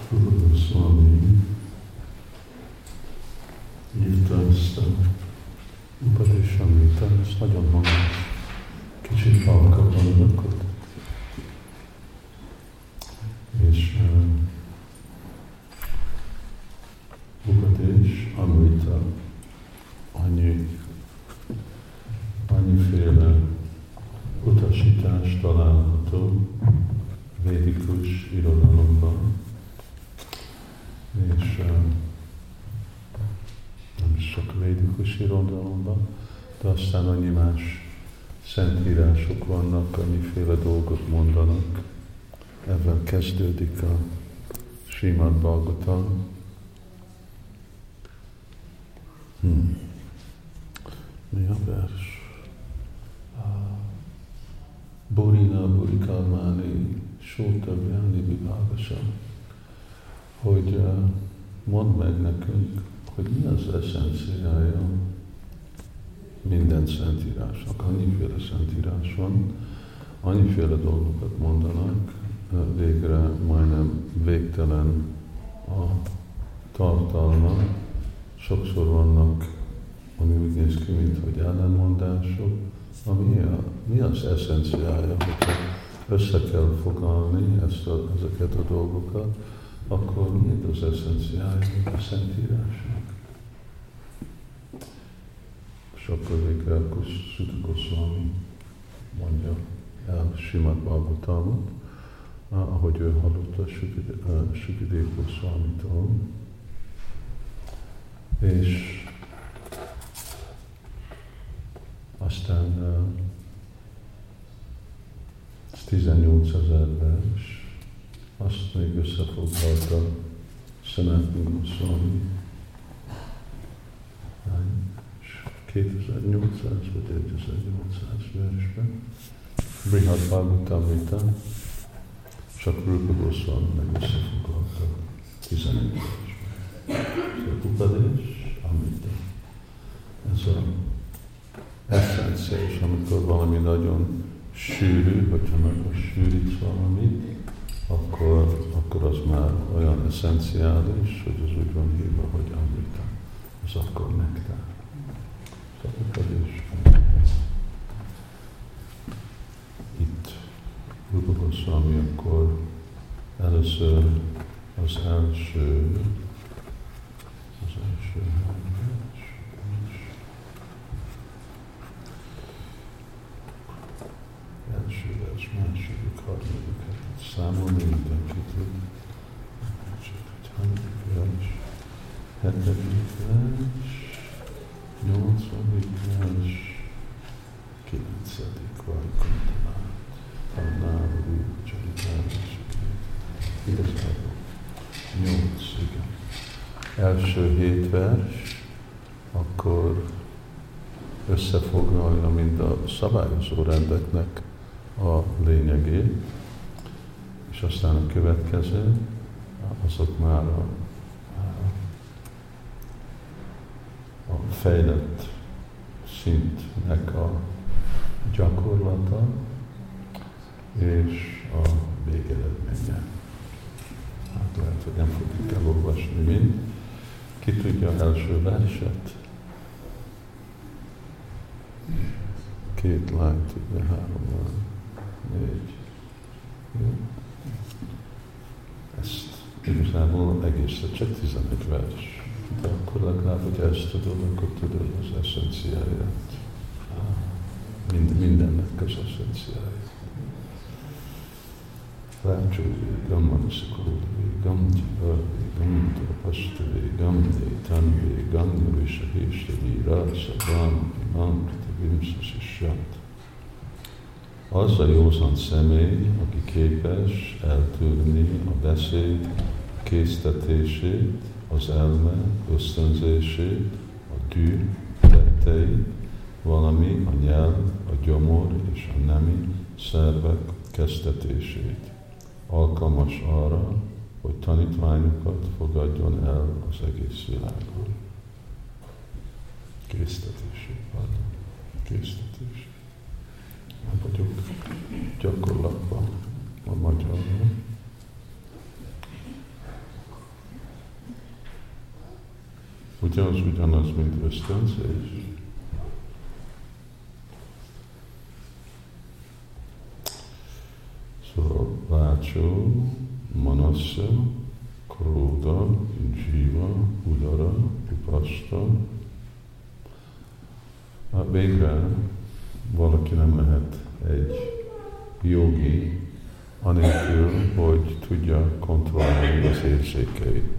Rupa Goswami írta ezt a Upadésamrita, ez nagyon hangos, kicsit halkabb mondatot. És Upadés Amrita annyiféle utasítás található védikus irodalomban, és nem csak védikus irodalomban, de aztán annyi más szentírások vannak, annyiféle dolgot mondanak. Ezzel kezdődik a Srimad Bhagavatam. Mi a vers? Borina Burikalmani Sótabjáni Vibhagasa, hogy mondd meg nekünk, hogy mi az eszenciája minden szentírásnak. Annyiféle szentírás van, annyiféle dolgokat mondanak, végre majdnem végtelen a tartalma. Sokszor vannak, ami úgy néz ki, mint hogy ellenmondások. Mi az eszenciája, hogyha össze kell foglalni ezeket a dolgokat, akkor mi az eszenciája a Szentírásnak? És akkor végre Suta Goswami mondja el Srimad Bhagavatamot, ahogy ő hallotta Sukadeva Goswamitól. És aztán 18 000 vers, azt még összefoglalta Sanatana Goswami, 2800 vagy 1800 versben, Brihad Bhagavatamrita, csak Rupa Goswami meg összefoglalta 11 versben. Upadés, Amrita. Ez az eszencia, és amikor valami nagyon sűrű, hogyha meg sűrítsz valamit, akkor az már olyan eszenciális, hogy az úgy van hívva, hogy Amrita. Az akkor nektár. Upadés, Amrita. Itt Rupa Goswami akkor először az első vers, második, harmadik, számolni mindenki tud. Hanyadik vers, hetedik vers, nyolcadik vers, kilencedik Vajkuntanát, Tannáru, Csalitárus, igazából 8, igen. Első 7 vers, akkor összefoglalja mind a szabályozó rendeknek a lényegét, és aztán a következő, azok már a fejlett szintnek a gyakorlata és a végeredménye. Hát lehet, hogy nem fogjuk elolvasni mind. Ki tudja az első verset? 2 lány tudja, 3 lány, 4. Jó? Ezt igazából egészen csak 11 vers. De akkor legalább, hogy ezt tudod, akkor tudod az eszenciáját. Mindennek az eszenciáját. Rácsúvi, gammanaszakóvi, gamtivarvi, gamtapasztavi, gamdi, tanvi, gangavisahéstavi, rászabámi, mamkriti, vimszasisját. Az a józan személy, aki képes eltűrni a beszéd késztetését, az elme ösztönzését, a tű tetteit, valami a nyelv, a gyomor és a nemi szervek kezdetését. Alkalmas arra, hogy tanítványokat fogadjon el az egész világon. Késztetését, késztetését. Nem vagyok gyakorlatban a magyarban. Ugye az ugyanaz, mint ösztönzés. Szóval vácsó, manassa, króda, dzsíva, udara, upasta. Végre valaki nem lehet egy jogi anélkül, hogy tudja kontrollálni az érzékeit.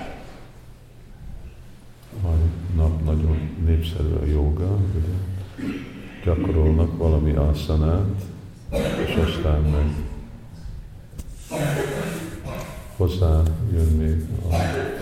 Nagyon népszerű a joga, ugye? Gyakorolnak valami asanát, és aztán meg hozzá jön még a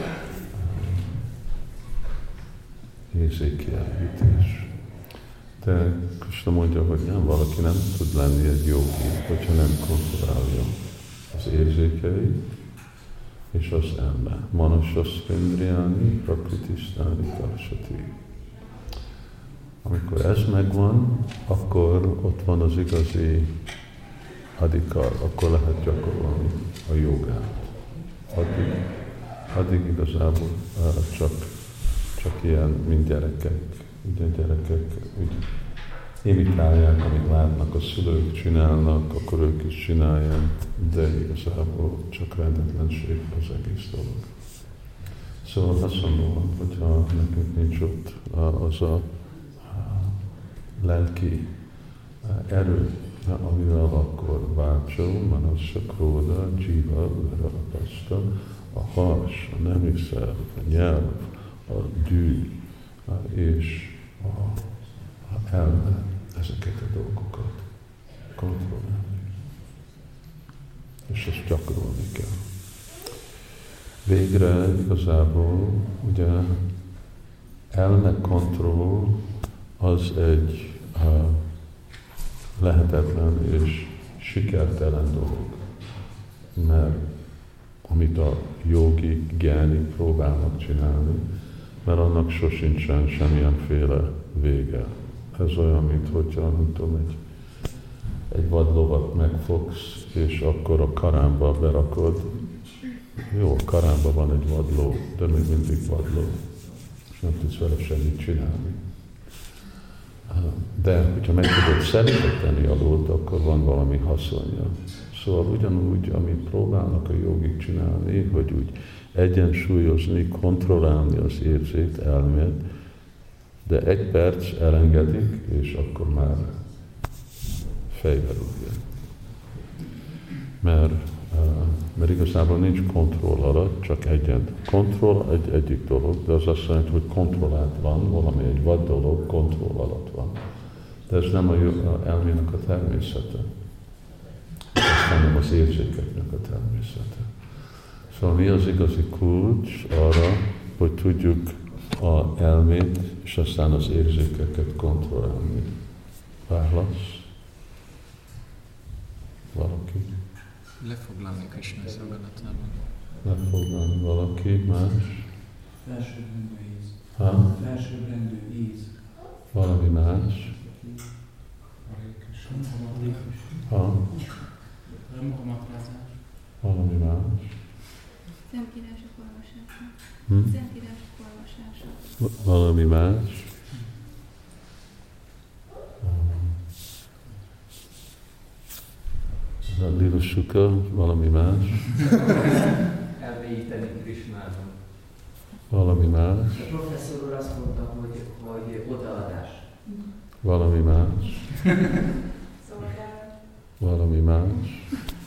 érzékkielégítés. De Krishna mondja, hogy nem, valaki nem tud lenni egy jogi, hogyha nem kontrollálja az érzékeit és az elme. Manasasvendriáni, prakritisztáni, tarsati. Amikor ez megvan, akkor ott van az igazi adhikar, akkor lehet gyakorolni a jogát. Addig igazából csak ilyen, mint gyerekek. Ugye gyerekek úgy imitálják, amit látnak, a szülők csinálnak, akkor ők is csinálják, de igazából csak rendetlenség az egész dolog. Szóval hasonlóan, hogyha nekünk nincs ott az a lelki erő, amivel akkor vácsó, manassa, króda, dzsíva, udara, apasta, a has, a nemiszerv, a nyelv, a dű, és a elme ezeket a dolgokat kontrollálni. És ezt gyakorolni kell. Végre igazából ugye elme kontroll az egy lehetetlen és sikertelen dolog. Mert amit a jogi, gyáni próbálnak csinálni, mert annak sosincsen semmilyenféle vége. Ez olyan, mint hogyha, nem tudom, egy vadlovat megfogsz, és akkor a karámba berakod. Jó, a karámba van egy vadló, de még mindig vadló, és nem tudsz vele semmit csinálni. De, hogyha meg tudod szeretetni a lót, akkor van valami haszonja. Szóval ugyanúgy, amit próbálnak a jogik csinálni, hogy úgy egyensúlyozni, kontrollálni az érzékt, elmét, de egy perc elengedik, és akkor már fejbe rúgja. Mert igazából nincs kontroll alatt, csak kontroll egyik dolog, de az azt jelenti, hogy kontrollált van, valami egy vad dolog kontroll alatt van. De ez nem a elmének a természete. Hanem az érzékeknek a természete. Szóval mi az igazi kulcs arra, hogy tudjuk az elmét, és aztán az érzékeket kontrollálni. Válasz? Valaki? Lefoglalni Krishna szolgálatában. Lefoglalni valaki, más? Felsőbbrendű íz. Ha? Felsőbbrendű íz. Valami más? Ha? Valami más? Szentírások olvasása. Szentírások olvasása. Valami más? Lila Suka, valami más? Elmélyíteni Krishnában. Valami más? A professzor úr azt mondta, hogy odaadás. Valami más? Valami más?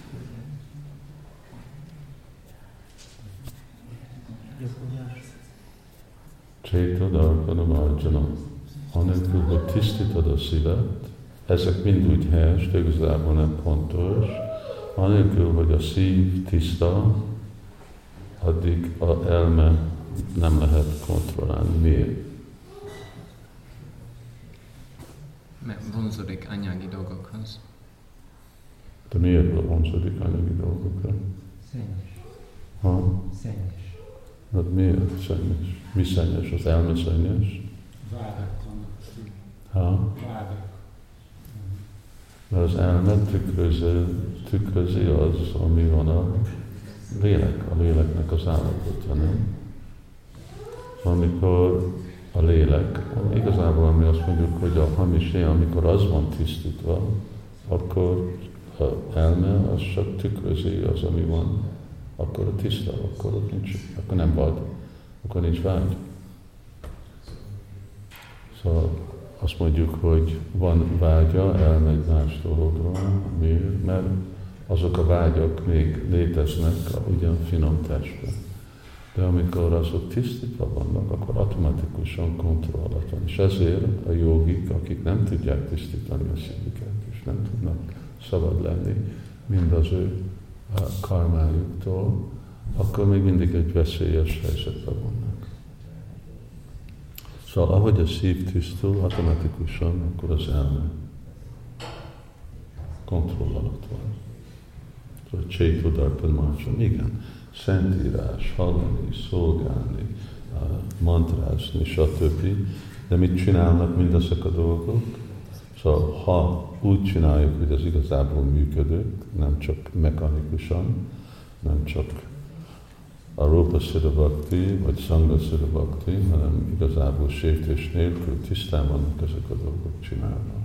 Csétad, arpanam, arjanam. Anélkül, hogy tisztítod a szívet, ezek mind úgy helyes, de igazából nem pontos. Anélkül, hogy a szív tiszta, addig az elme nem lehet kontrollálni. Miért? Mert vonzódik anyagi dolgokhoz. De miért vonzódik anyagi dolgokra? Szennyes. Ha? Szennyes. Hát miért szennyes? Mi szennyes? Az elme szennyes? Vádak vannak. Ha? Vádak. Mert az elme tükrözi az, ami van a léleknek az állapotja, nem? amikor a lélek, igazából mi azt mondjuk, hogy a hamis én, amikor az van tisztítva, akkor az elme az csak tükrözi az, ami van, akkor a tiszta, akkor ott nincs, akkor nem vad, akkor nincs vágy. Szóval azt mondjuk, hogy van vágya, elmegy más dologra. Miért? Mert azok a vágyak még léteznek ugyan finom testben. De amikor azok tisztítva vannak, akkor automatikusan kontroll alatt van. És ezért a jogik, akik nem tudják tisztítani a szívüket, és nem tudnak szabad lenni mind az ő karmájuktól, akkor még mindig egy veszélyes helyzetben vannak. Szóval ahogy a szív tisztul, automatikusan akkor az elme kontroll alatt van. Szóval Csétudarpan Marcson, igen, szentírás, hallani, szolgálni, mantrázni, stb. De mit csinálnak mindezek a dolgok? Szóval ha úgy csináljuk, hogy az igazából működik, nem csak mechanikusan, nem csak a Rupa Siddha Bhakti, vagy Sangha Siddha Bhakti, hanem igazából sértés nélkül tisztán vannak ezek a dolgok csinálva.